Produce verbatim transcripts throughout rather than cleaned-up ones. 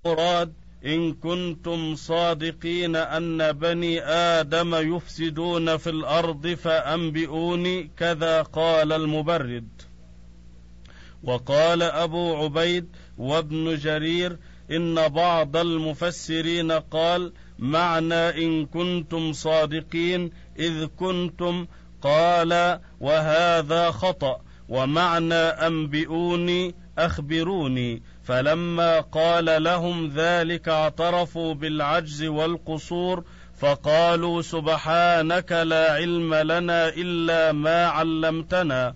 مراد إن كنتم صادقين أن بني آدم يفسدون في الأرض فأنبئوني، كذا قال المبرد. وقال أبو عبيد وابن جرير إن بعض المفسرين قال معنى إن كنتم صادقين إذ كنتم، قال وهذا خطأ، ومعنى أنبئوني أخبروني. فلما قال لهم ذلك اعترفوا بالعجز والقصور، فقالوا سبحانك لا علم لنا إلا ما علمتنا.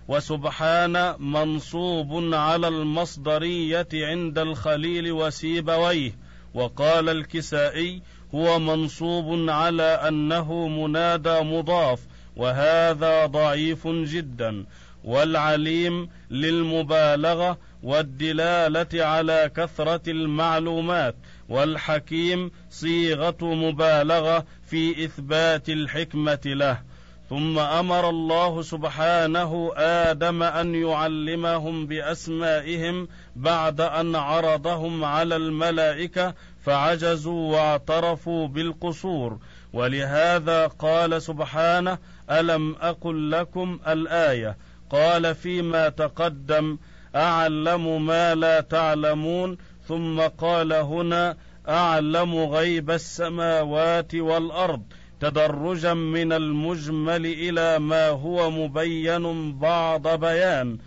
وسبحان منصوب على المصدرية عند الخليل وسيبويه. وقال الكسائي هو منصوب على أنه منادى مضاف، وهذا ضعيف جدا. والعليم للمبالغة والدلالة على كثرة المعلومات، والحكيم صيغة مبالغة في إثبات الحكمة له. ثم أمر الله سبحانه آدم أن يعلمهم بأسمائهم بعد أن عرضهم على الملائكة فعجزوا واعترفوا بالقصور. ولهذا قال سبحانه ألم أقل لكم الآية. قال فيما تقدم أعلم ما لا تعلمون، ثم قال هنا أعلم غيب السماوات والأرض، تدرجا من المجمل إلى ما هو مبين بعض بيان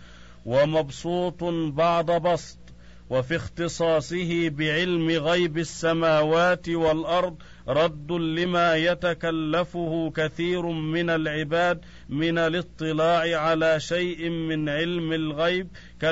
ومبسوط بعض بسط. وفي اختصاصه بعلم غيب السماوات والأرض رد لما يتكلفه كثير من العباد من الاطلاع على شيء من علم الغيب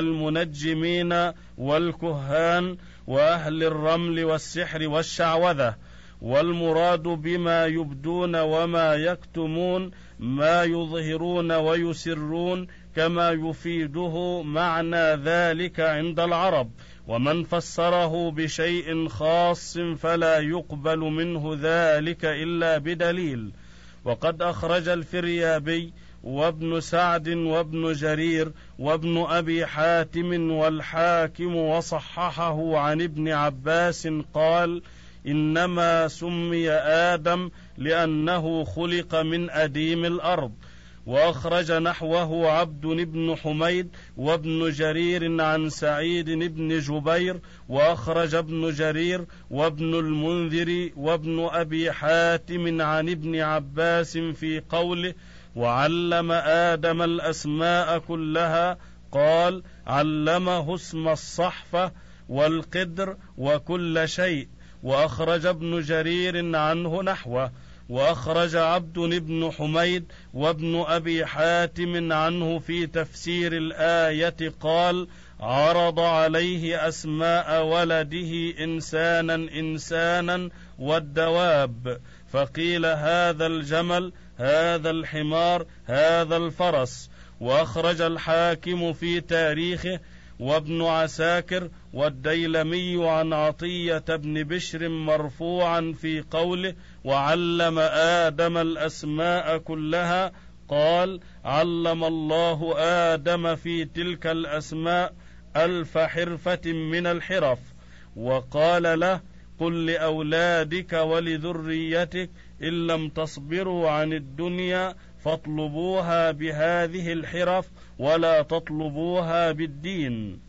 كالمنجمين والكهان وأهل الرمل والسحر والشعوذة. والمراد بما يبدون وما يكتمون ما يظهرون ويسرون، كما يفيده معنى ذلك عند العرب. ومن فسره بشيء خاص فلا يقبل منه ذلك إلا بدليل. وقد أخرج الفريابي وابن سعد وابن جرير وابن أبي حاتم والحاكم وصححه عن ابن عباس قال إنما سمي آدم لأنه خلق من أديم الأرض. وأخرج نحوه عبد بن حميد وابن جرير عن سعيد بن جبير. وأخرج ابن جرير وابن المنذر وابن أبي حاتم عن ابن عباس في قوله وعلم آدم الأسماء كلها، قال علمه اسم الصحفة والقدر وكل شيء. وأخرج ابن جرير عنه نحوه. وأخرج عبد بن حميد وابن أبي حاتم عنه في تفسير الآية قال عرض عليه أسماء ولده إنسانا إنسانا والدواب، فقيل هذا الجمل، هذا الحمار، هذا الفرس. وأخرج الحاكم في تاريخه وابن عساكر والديلمي عن عطية بن بشر مرفوعا في قوله وعلم آدم الأسماء كلها، قال علم الله آدم في تلك الأسماء ألف حرفة من الحرف. وقال له قل لأولادك ولذريتك إن لم تصبروا عن الدنيا فاطلبوها بهذه الحرف ولا تطلبوها بالدين،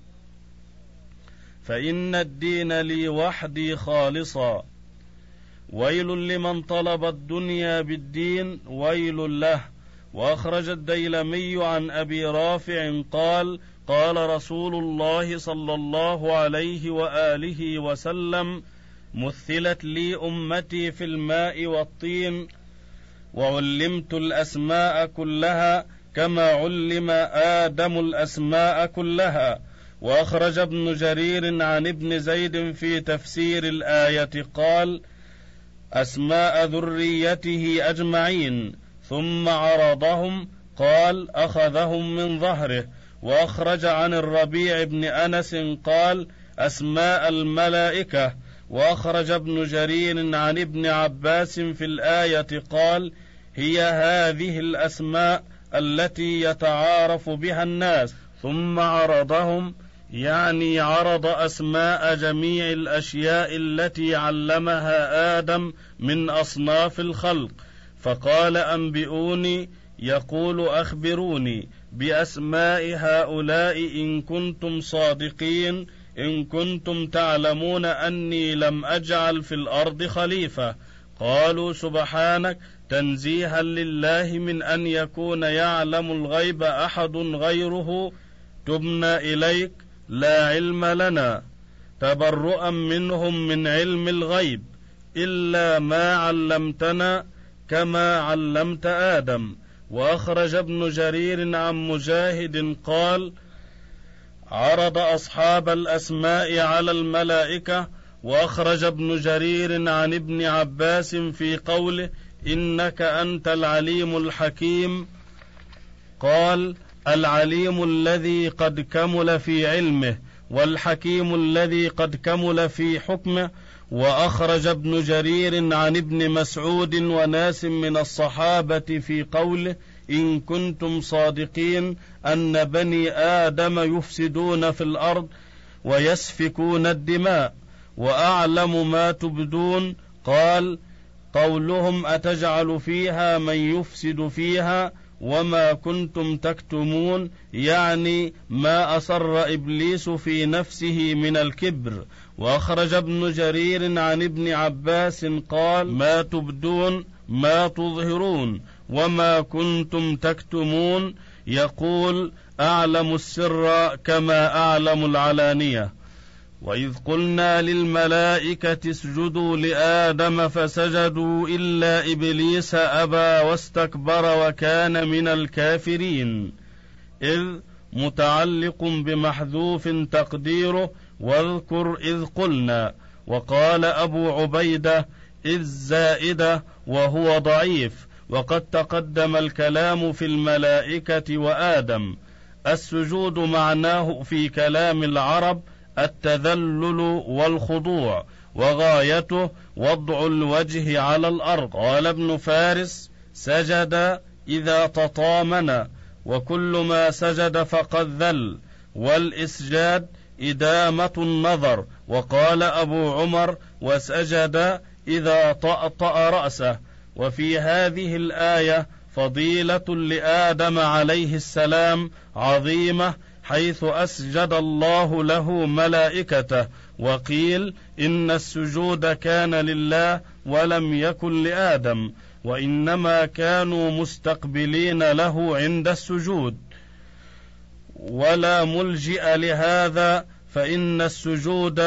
فإن الدين لي وحدي خالصا. ويل لمن طلب الدنيا بالدين، ويل له. وأخرج الديلمي عن أبي رافع قال قال رسول الله صلى الله عليه وآله وسلم مثلت لي أمتي في الماء والطين، وعلمت الأسماء كلها كما علم آدم الأسماء كلها. وأخرج ابن جرير عن ابن زيد في تفسير الآية قال أسماء ذريته أجمعين، ثم عرضهم قال أخذهم من ظهره. وأخرج عن الربيع بن أنس قال أسماء الملائكة. وأخرج ابن جرير عن ابن عباس في الآية قال هي هذه الأسماء التي يتعارف بها الناس، ثم عرضهم يعني عرض أسماء جميع الأشياء التي علمها آدم من أصناف الخلق، فقال أنبئوني، يقول أخبروني بأسماء هؤلاء إن كنتم صادقين، إن كنتم تعلمون أني لم أجعل في الأرض خليفة. قالوا سبحانك، تنزيها لله من أن يكون يعلم الغيب أحد غيره، تبنا إليك لا علم لنا، تبرؤا منهم من علم الغيب إلا ما علمتنا كما علمت آدم. وأخرج ابن جرير عن مجاهد قال: عرض أصحاب الأسماء على الملائكة. وأخرج ابن جرير عن ابن عباس في قوله: إنك أنت العليم الحكيم، قال: العليم الذي قد كمل في علمه، والحكيم الذي قد كمل في حكمه. وأخرج ابن جرير عن ابن مسعود وناس من الصحابة في قوله: إن كنتم صادقين أن بني آدم يفسدون في الأرض ويسفكون الدماء، وأعلم ما تبدون، قال: قولهم أتجعل فيها من يفسد فيها وما كنتم تكتمون، يعني ما أصر إبليس في نفسه من الكبر. وأخرج ابن جرير عن ابن عباس قال: ما تبدون ما تظهرون وما كنتم تكتمون، يقول: أعلم السر كما أعلم العلانية. وإذ قلنا للملائكة اسجدوا لآدم فسجدوا إلا إبليس أبى واستكبر وكان من الكافرين. إذ متعلق بمحذوف تقديره واذكر إذ قلنا. وقال أبو عبيدة: إذ زائدة وهو ضعيف، وقد تقدم الكلام في الملائكة وآدم. السجود معناه في كلام العرب التذلل والخضوع، وغايته وضع الوجه على الأرض. قال ابن فارس: سجد إذا تطامن، وكل ما سجد فقد ذل، والإسجاد إدامة النظر. وقال أبو عمر: وسجد إذا طأطأ رأسه. وفي هذه الآية فضيلة لآدم عليه السلام عظيمة، حيث أسجد الله له ملائكته. وقيل إن السجود كان لله ولم يكن لآدم، وإنما كانوا مستقبلين له عند السجود. ولا ملجئ لهذا، فإن السجود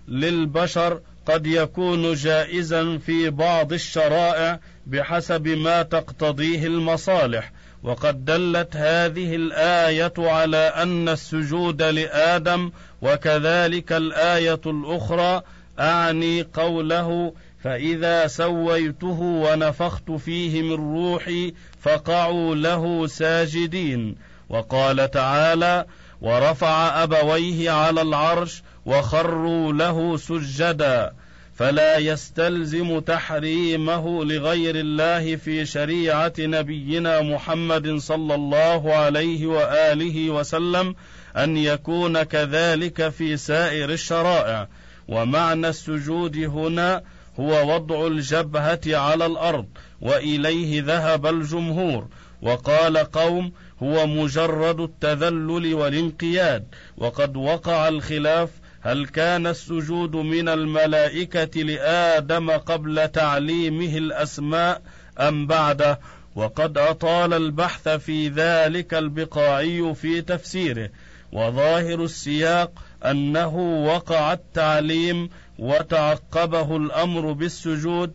للبشر قد يكون جائزا في بعض الشرائع بحسب ما تقتضيه المصالح. وقد دلت هذه الآية على أن السجود لآدم، وكذلك الآية الأخرى، أعني قوله: فإذا سويته ونفخت فيه من روحي فقعوا له ساجدين. وقال تعالى: ورفع أبويه على العرش وخروا له سجدا. فلا يستلزم تحريمه لغير الله في شريعة نبينا محمد صلى الله عليه وآله وسلم أن يكون كذلك في سائر الشرائع. ومعنى السجود هنا هو وضع الجبهة على الأرض، وإليه ذهب الجمهور. وقال قوم: هو مجرد التذلل والانقياد. وقد وقع الخلاف: هل كان السجود من الملائكة لآدم قبل تعليمه الأسماء أم بعده؟ وقد أطال البحث في ذلك البقاعي في تفسيره. وظاهر السياق أنه وقع التعليم وتعقبه الأمر بالسجود،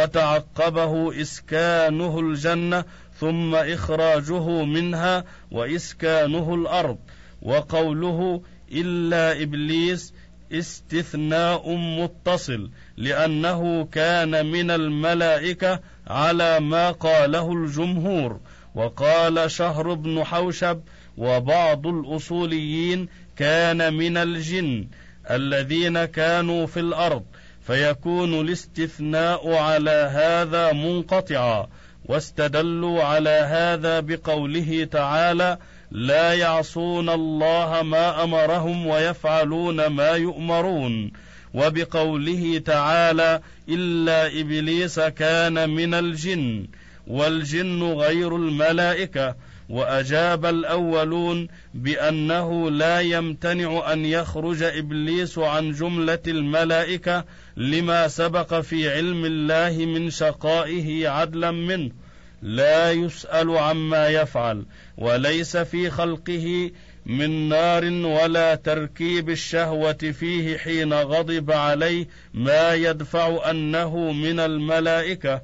وتعقبه إسكانه الجنة، ثم إخراجه منها وإسكانه الأرض. وقوله إلا إبليس استثناء متصل، لأنه كان من الملائكة على ما قاله الجمهور. وقال شهر بن حوشب وبعض الأصوليين: كان من الجن الذين كانوا في الأرض، فيكون الاستثناء على هذا منقطعا. واستدلوا على هذا بقوله تعالى: لا يعصون الله ما أمرهم ويفعلون ما يؤمرون. وبقوله تعالى إلا إبليس كان من الجن، والجن غير الملائكة. وأجاب الأولون بأنه لا يمتنع أن يخرج إبليس عن جملة الملائكة لما سبق في علم الله من شقائه عدلا منه، لا يسأل عما يفعل، وليس في خلقه من نار ولا تركيب الشهوة فيه حين غضب عليه ما يدفع أنه من الملائكة.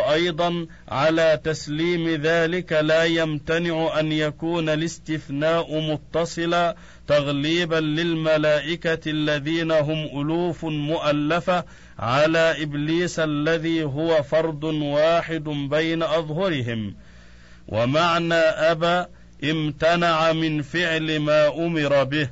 وأيضا على تسليم ذلك لا يمتنع أن يكون الاستثناء متصلا تغليبا للملائكة الذين هم ألوف مؤلفة على إبليس الذي هو فرد واحد بين أظهرهم. ومعنى أبى امتنع من فعل ما أمر به،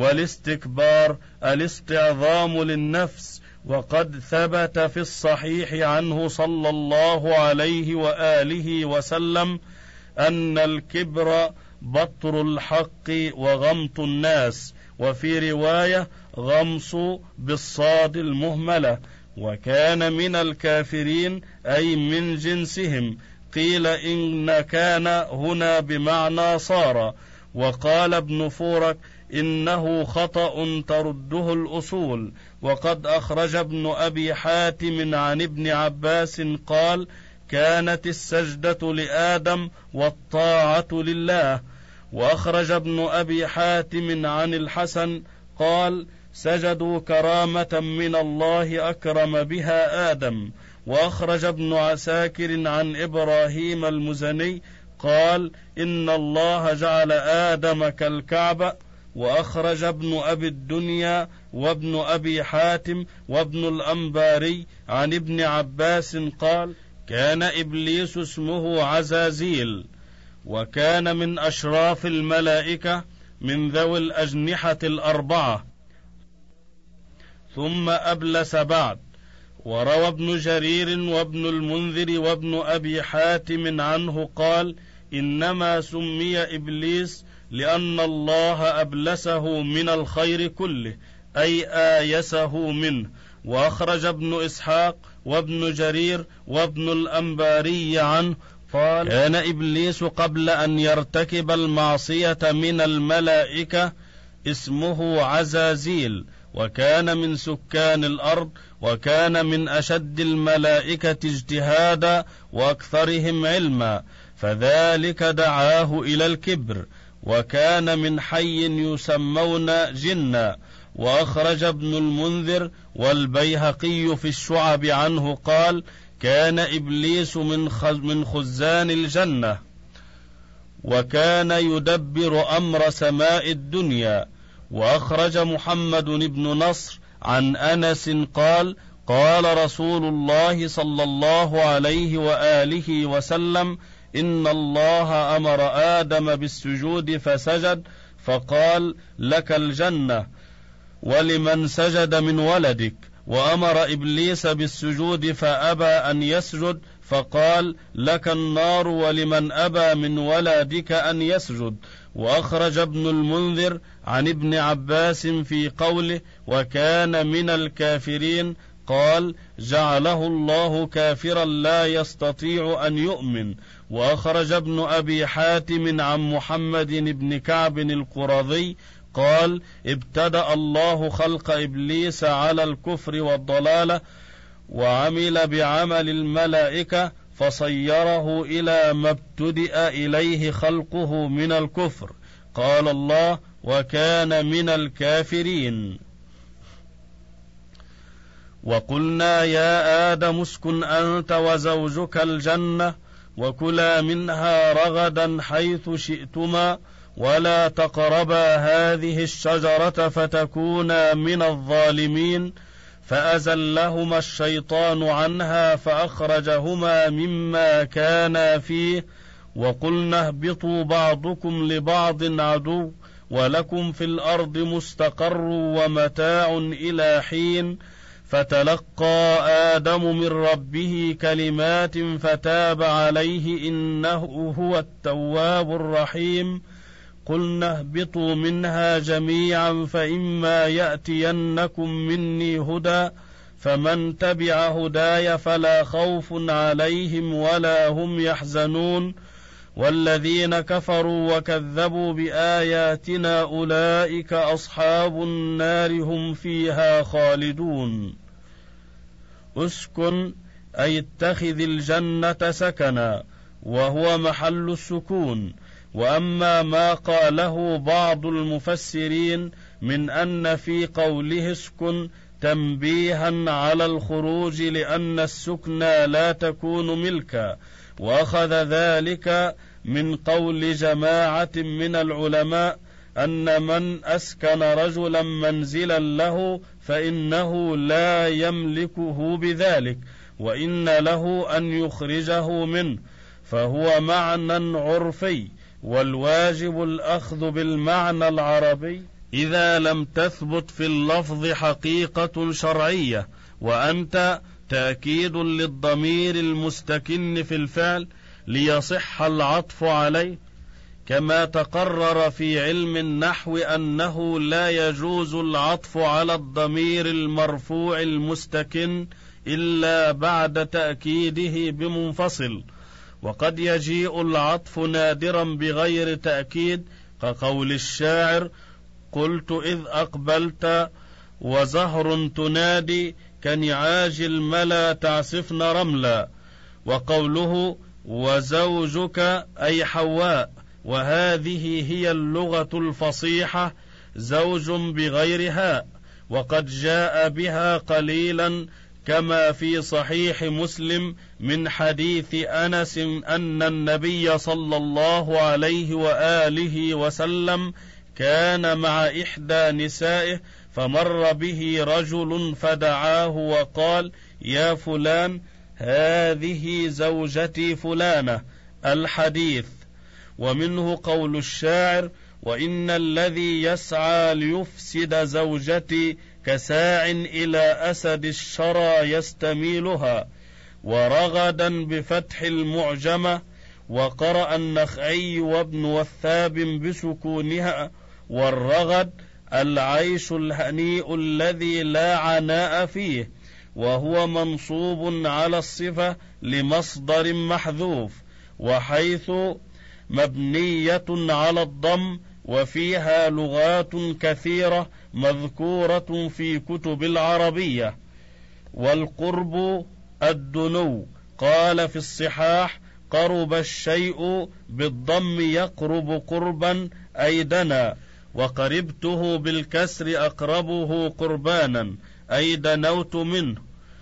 والاستكبار الاستعظام للنفس. وقد ثبت في الصحيح عنه صلى الله عليه وآله وسلم أن الكبر بطر الحق وغمط الناس، وفي رواية غمص بالصاد المهملة. وكان من الكافرين أي من جنسهم. قيل إن كان هنا بمعنى صار. وقال ابن فورك إنه خطأ ترده الأصول. وقد أخرج ابن أبي حاتم عن ابن عباس قال كانت السجدة لآدم والطاعة لله. وأخرج ابن أبي حاتم عن الحسن قال سجدوا كرامة من الله أكرم بها آدم. وأخرج ابن عساكر عن إبراهيم المزني قال إن الله جعل آدم كالكعبة. وأخرج ابن أبي الدنيا وابن أبي حاتم وابن الأنباري عن ابن عباس قال كان إبليس اسمه عزازيل، وكان من أشراف الملائكة من ذوي الأجنحة الأربعة، ثم أبلس بعد. وروى ابن جرير وابن المنذر وابن أبي حاتم عنه قال إنما سمي إبليس لأن الله أبلسه من الخير كله، أي آيسه منه. وأخرج ابن إسحاق وابن جرير وابن الأنباري عنه قال كان إبليس قبل أن يرتكب المعصية من الملائكة اسمه عزازيل، وكان من سكان الأرض، وكان من أشد الملائكة اجتهادا وأكثرهم علما، فذلك دعاه إلى الكبر. وكان من حي يسمون جنا. وأخرج ابن المنذر والبيهقي في الشعب عنه قال كان إبليس من خزان الجنة، وكان يدبر أمر سماء الدنيا. وأخرج محمد بن نصر عن أنس قال قال رسول الله صلى الله عليه وآله وسلم إن الله أمر آدم بالسجود فسجد، فقال لك الجنة ولمن سجد من ولدك. وأمر إبليس بالسجود فأبى أن يسجد، فقال لك النار ولمن أبى من ولدك أن يسجد. وأخرج ابن المنذر عن ابن عباس في قوله وكان من الكافرين قال جعله الله كافرا لا يستطيع أن يؤمن. وأخرج ابن أبي حاتم عن محمد بن كعب القرظي قال ابتدأ الله خلق إبليس على الكفر والضلالة، وعمل بعمل الملائكة فصيره إلى ما ابتدأ إليه خلقه من الكفر. قال الله وكان من الكافرين. وقلنا يا آدم اسكن أنت وزوجك الجنة وكلا منها رغدا حيث شئتما ولا تقربا هذه الشجرة فتكونا من الظالمين. فأزلهما الشيطان عنها فأخرجهما مما كانا فيه وقلنا اهبطوا بعضكم لبعض عدو ولكم في الأرض مستقر ومتاع إلى حين. فتلقى آدم من ربه كلمات فتاب عليه إنه هو التواب الرحيم. قلنا اهبطوا منها جميعا فإما يأتينكم مني هدى فمن تبع هداي فلا خوف عليهم ولا هم يحزنون والذين كفروا وكذبوا بآياتنا أولئك أصحاب النار هم فيها خالدون. اسكن أي اتخذ الجنة سكنا، وهو محل السكون. وأما ما قاله بعض المفسرين من أن في قوله اسكن تنبيها على الخروج لأن السكن لا تكون ملكا، وأخذ ذلك من قول جماعة من العلماء أن من أسكن رجلا منزلا له فإنه لا يملكه بذلك، وإن له أن يخرجه منه، فهو معنى عرفي، والواجب الأخذ بالمعنى العربي إذا لم تثبت في اللفظ حقيقة شرعية. وأنت تأكيد للضمير المستكن في الفعل ليصح العطف عليه، كما تقرر في علم النحو أنه لا يجوز العطف على الضمير المرفوع المستكن إلا بعد تأكيده بمنفصل. وقد يجيء العطف نادرا بغير تأكيد، كقول الشاعر قلت إذ أقبلت وزهر تنادي كنعاج الملا تعصفن رملا، وقوله وزوجك أي حواء، وهذه هي اللغة الفصيحة، زوج بغير هاء، وقد جاء بها قليلا كما في صحيح مسلم من حديث أنس أن النبي صلى الله عليه وآله وسلم كان مع إحدى نسائه فمر به رجل فدعاه وقال يا فلان هذه زوجتي فلانة، الحديث. ومنه قول الشاعر وإن الذي يسعى ليفسد زوجتي كساع إلى أسد الشرى يستميلها، ورغدا بفتح المعجمة، وقرأ النخعي وابن وثاب بسكونها، والرغد العيش الهنيء الذي لا عناء فيه، وهو منصوب على الصفة لمصدر محذوف، وحيث مبنية على الضم، وفيها لغات كثيرة مذكورة في كتب العربية. والقرب الدنو، قال في الصحاح قرب الشيء بالضم يقرب قربا أي دنا، وقربته بالكسر أقربه قربانا أي دنوت منه،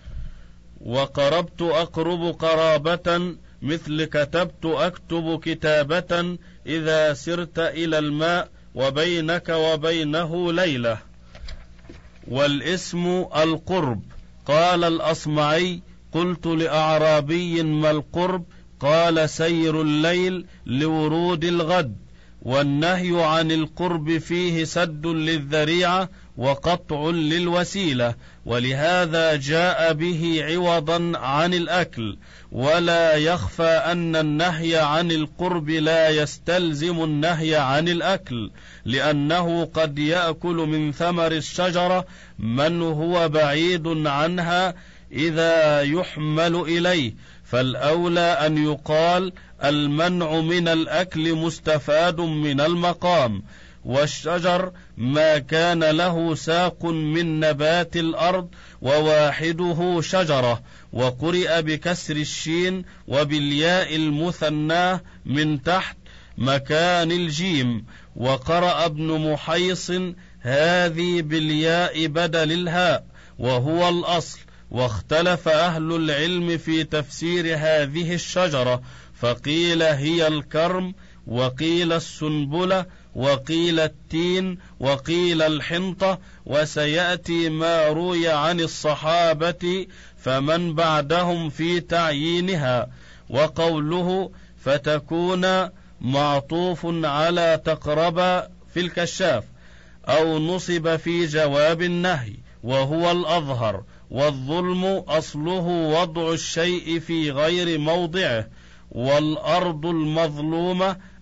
وقربت أقرب قرابة مثل كتبت أكتب كتابة إذا سرت إلى الماء وبينك وبينه ليلة. والاسم القرب، قال الأصمعي قلت لأعرابي ما القرب؟ قال سير الليل لورود الغد. والنهي عن القرب فيه سد للذريعة وقطع للوسيلة، ولهذا جاء به عوضا عن الأكل. ولا يخفى أن النهي عن القرب لا يستلزم النهي عن الأكل، لأنه قد يأكل من ثمر الشجرة من هو بعيد عنها إذا يحمل إليه، فالأولى أن يقال المنع من الأكل مستفاد من المقام. والشجر ما كان له ساق من نبات الأرض وواحده شجرة، وقرئ بكسر الشين وبالياء المثناه من تحت مكان الجيم، وقرأ ابن محيص هذه بالياء بدل الهاء وهو الأصل. واختلف أهل العلم في تفسير هذه الشجرة، فقيل هي الكرم، وقيل السنبلة، وقيل التين، وقيل الحنطة، وسيأتي ما روي عن الصحابة فمن بعدهم في تعيينها. وقوله فتكون معطوف على تقرب في الكشاف، أو نصب في جواب النهي وهو الأظهر. والظلم أصله وضع الشيء في غير موضعه، والأرض المظلومة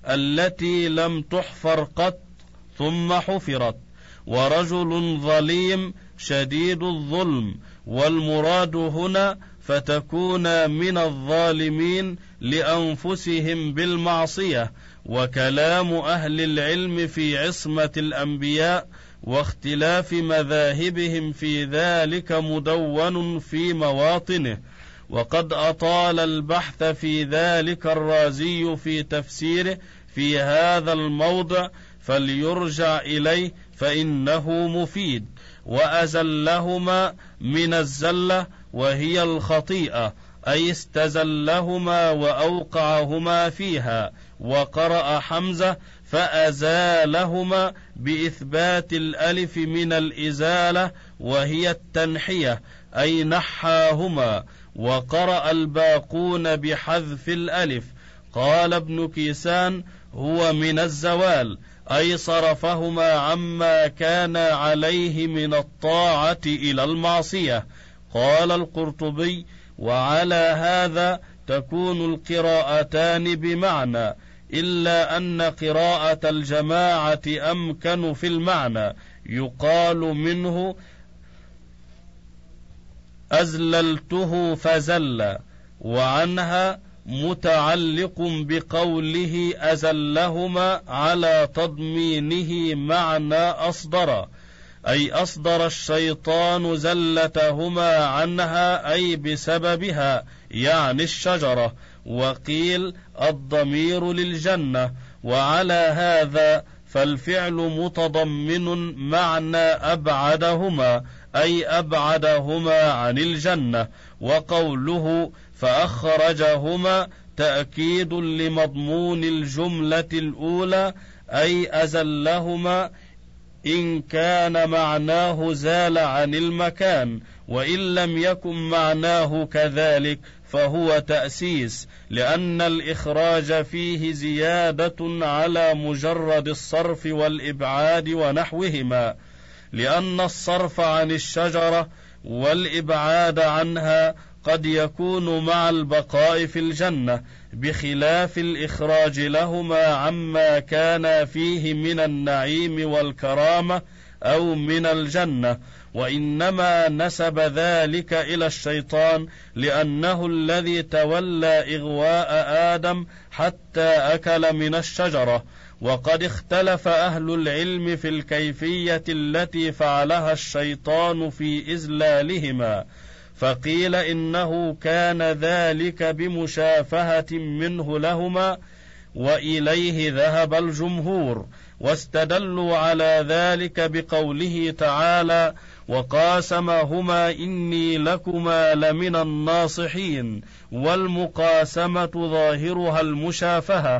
التي لم تحفر قط ثم حفرت، ورجل ظليم شديد الظلم، والمراد هنا فتكون من الظالمين لأنفسهم بالمعصية. وكلام أهل العلم في عصمة الأنبياء واختلاف مذاهبهم في ذلك مدون في مواطنه، وقد أطال البحث في ذلك الرازي في تفسيره في هذا الموضع، فليرجع إليه فإنه مفيد. وأزلهما من الزلة وهي الخطيئة، أي استزلهما وأوقعهما فيها. وقرأ حمزة فأزالهما بإثبات الألف من الإزالة وهي التنحية، أي نحاهما. وقرأ الباقون بحذف الألف. قال ابن كيسان هو من الزوال، أي صرفهما عما كان عليه من الطاعة إلى المعصية. قال القرطبي وعلى هذا تكون القراءتان بمعنى، إلا أن قراءة الجماعة أمكن في المعنى، يقال منه أزللته فزل، وعنها متعلق بقوله أزلهما على تضمينه معنى أصدر، أي أصدر الشيطان زلتهما عنها أي بسببها، يعني الشجرة. وقيل الضمير للجنة. وعلى هذا فالفعل متضمن معنى أبعدهما، أي أبعدهما عن الجنة. وقوله فأخرجهما تأكيد لمضمون الجملة الأولى، أي أزلهما، إن كان معناه زال عن المكان، وإن لم يكن معناه كذلك فهو تأسيس، لأن الإخراج فيه زيادة على مجرد الصرف والإبعاد ونحوهما، لأن الصرف عن الشجرة والإبعاد عنها قد يكون مع البقاء في الجنة، بخلاف الإخراج لهما عما كان فيه من النعيم والكرامة أو من الجنة. وإنما نسب ذلك إلى الشيطان، لأنه الذي تولى إغواء آدم حتى أكل من الشجرة. وقد اختلف أهل العلم في الكيفية التي فعلها الشيطان في إزلالهما، فقيل إنه كان ذلك بمشافهة منه لهما، وإليه ذهب الجمهور. واستدلوا على ذلك بقوله تعالى وقاسمهما إني لكما لمن الناصحين، والمقاسمة ظاهرها المشافهة.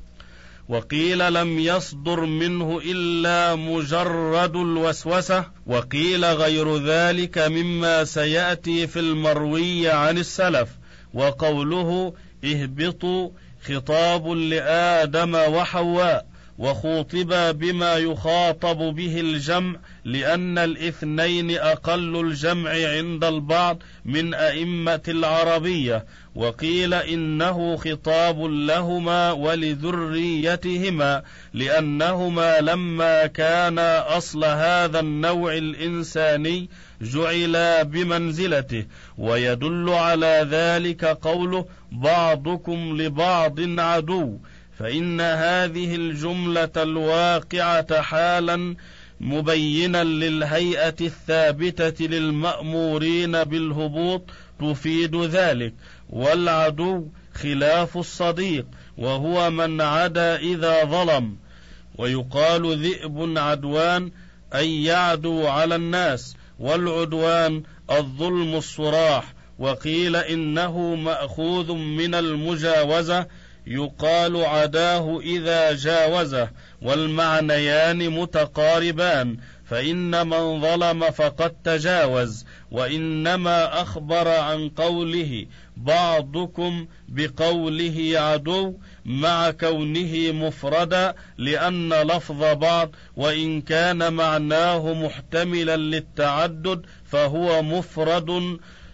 وقيل لم يصدر منه إلا مجرد الوسوسة، وقيل غير ذلك مما سيأتي في المروي عن السلف. وقوله اهبطوا خطاب لآدم وحواء، وخوطبا بما يخاطب به الجمع، لأن الاثنين أقل الجمع عند البعض من أئمة العربية. وقيل إنه خطاب لهما ولذريتهما، لأنهما لما كان أصل هذا النوع الإنساني جعلا بمنزلته. ويدل على ذلك قوله بعضكم لبعض عدو، فإن هذه الجملة الواقعة حالا مبينا للهيئة الثابتة للمأمورين بالهبوط تفيد ذلك. والعدو خلاف الصديق، وهو من عدا إذا ظلم. ويقال ذئب عدوان، أي يعدو على الناس، والعدوان الظلم الصراح. وقيل إنه مأخوذ من المجاوزة، يقال عداه إذا جاوزه، والمعنيان متقاربان، فإن من ظلم فقد تجاوز. وإنما أخبر عن قوله بعضكم بقوله عدو مع كونه مفردا، لأن لفظ بعض وإن كان معناه محتملا للتعدد فهو مفرد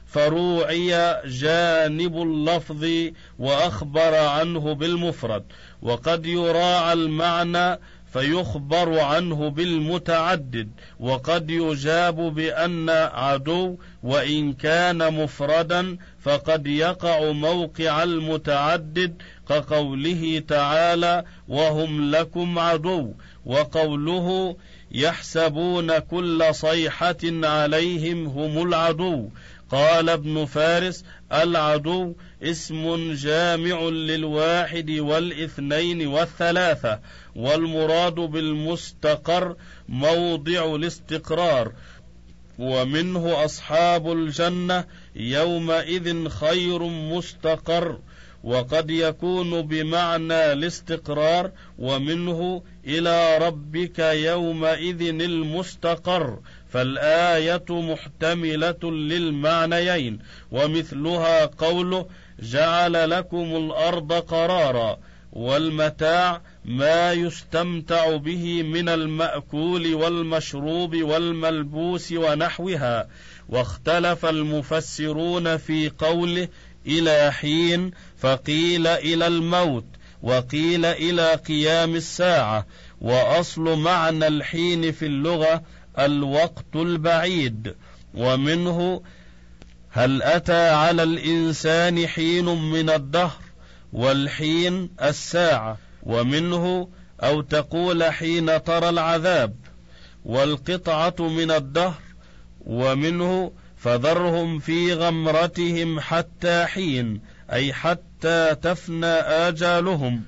فروعي جانب اللفظ وأخبر عنه بالمفرد، وقد يراعى المعنى فيخبر عنه بالمتعدد، وقد يجاب بأن عدو وإن كان مفردا فقد يقع موقع المتعدد، كقوله تعالى وهم لكم عدو، وقوله يحسبون كل صيحة عليهم هم العدو. قال ابن فارس العدو اسم جامع للواحد والاثنين والثلاثة، والمراد بالمستقر موضع الاستقرار، ومنه أصحاب الجنة يومئذ خير مستقر، وقد يكون بمعنى الاستقرار، ومنه إلى ربك يومئذ المستقر، فالآية محتملة للمعنيين. ومثلها قوله جعل لكم الأرض قرارا، والمتاع ما يستمتع به من المأكول والمشروب والملبوس ونحوها. واختلف المفسرون في قوله إلى حين، فقيل إلى الموت، وقيل إلى قيام الساعة. وأصل معنى الحين في اللغة الوقت البعيد، ومنه هل أتى على الإنسان حين من الدهر، والحين الساعة، ومنه أو تقول حين ترى العذاب، والقطعة من الدهر، ومنه فذرهم في غمرتهم حتى حين، أي حتى تفنى آجالهم.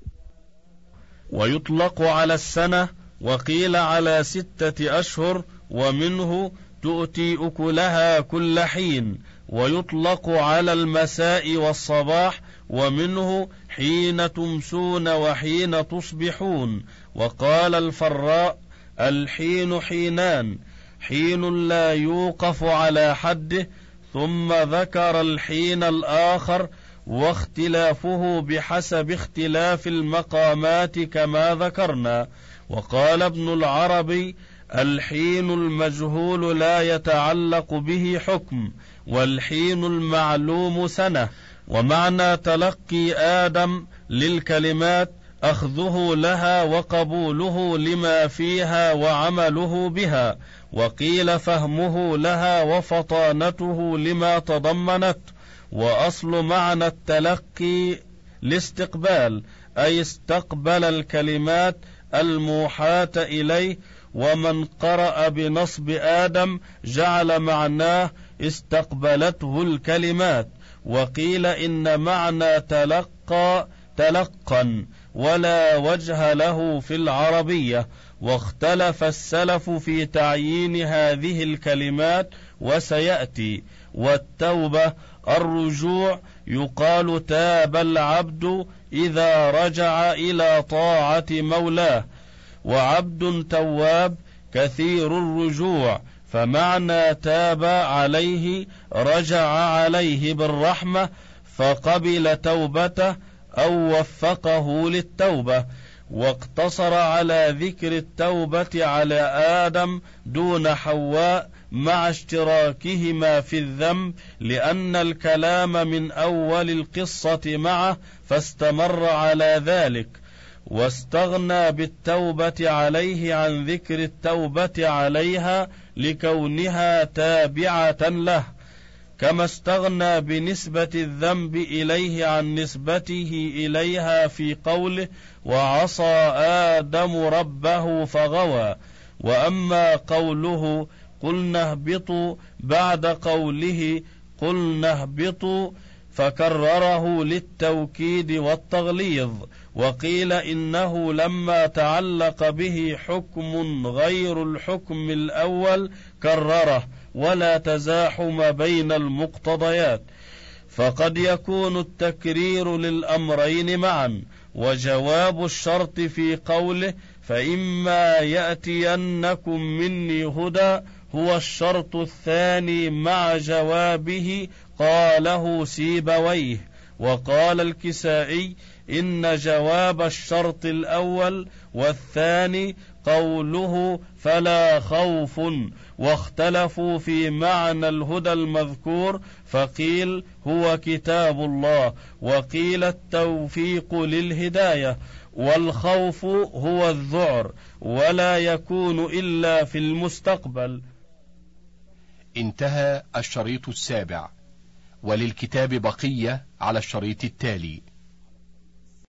ويطلق على السنة، وقيل على ستة أشهر، ومنه تؤتي أكلها كل حين. ويطلق على المساء والصباح، ومنه حين تمسون وحين تصبحون. وقال الفراء الحين حينان، حين لا يوقف على حده، ثم ذكر الحين الآخر واختلافه بحسب اختلاف المقامات كما ذكرنا. وقال ابن العربي الحين المجهول لا يتعلق به حكم، والحين المعلوم سنة. ومعنى تلقي آدم للكلمات أخذه لها وقبوله لما فيها وعمله بها، وقيل فهمه لها وفطانته لما تضمنت. وأصل معنى التلقي الاستقبال، أي استقبل الكلمات الموحاة إليه. ومن قرأ بنصب آدم جعل معناه استقبلته الكلمات. وقيل إن معنى تلقى تلقا، ولا وجه له في العربية. واختلف السلف في تعيين هذه الكلمات وسيأتي. والتوبة الرجوع، يقال تاب العبد إذا رجع إلى طاعة مولاه. وعبد تواب كثير الرجوع، فمعنى تاب عليه رجع عليه بالرحمة فقبل توبته أو وفقه للتوبة. واقتصر على ذكر التوبة على آدم دون حواء مع اشتراكهما في الذنب، لأن الكلام من أول القصة معه فاستمر على ذلك. واستغنى بالتوبة عليه عن ذكر التوبة عليها لكونها تابعة له، كما استغنى بنسبة الذنب إليه عن نسبته إليها في قوله وعصى آدم ربه فغوى. وأما قوله قلنا اهبطوا بعد قوله قلنا اهبطوا فكرره للتوكيد والتغليظ. وقيل إنه لما تعلق به حكم غير الحكم الأول كرره، ولا تزاحم بين المقتضيات، فقد يكون التكرير للأمرين معا. وجواب الشرط في قوله فإما يأتينكم مني هدى هو الشرط الثاني مع جوابه، قاله سيبويه. وقال الكسائي إن جواب الشرط الأول والثاني قوله فلا خوف، واختلفوا في معنى الهدى المذكور، فقيل هو كتاب الله، وقيل التوفيق للهداية، والخوف هو الذعر، ولا يكون إلا في المستقبل. انتهى الشريط السابع، وللكتاب بقية على الشريط التالي.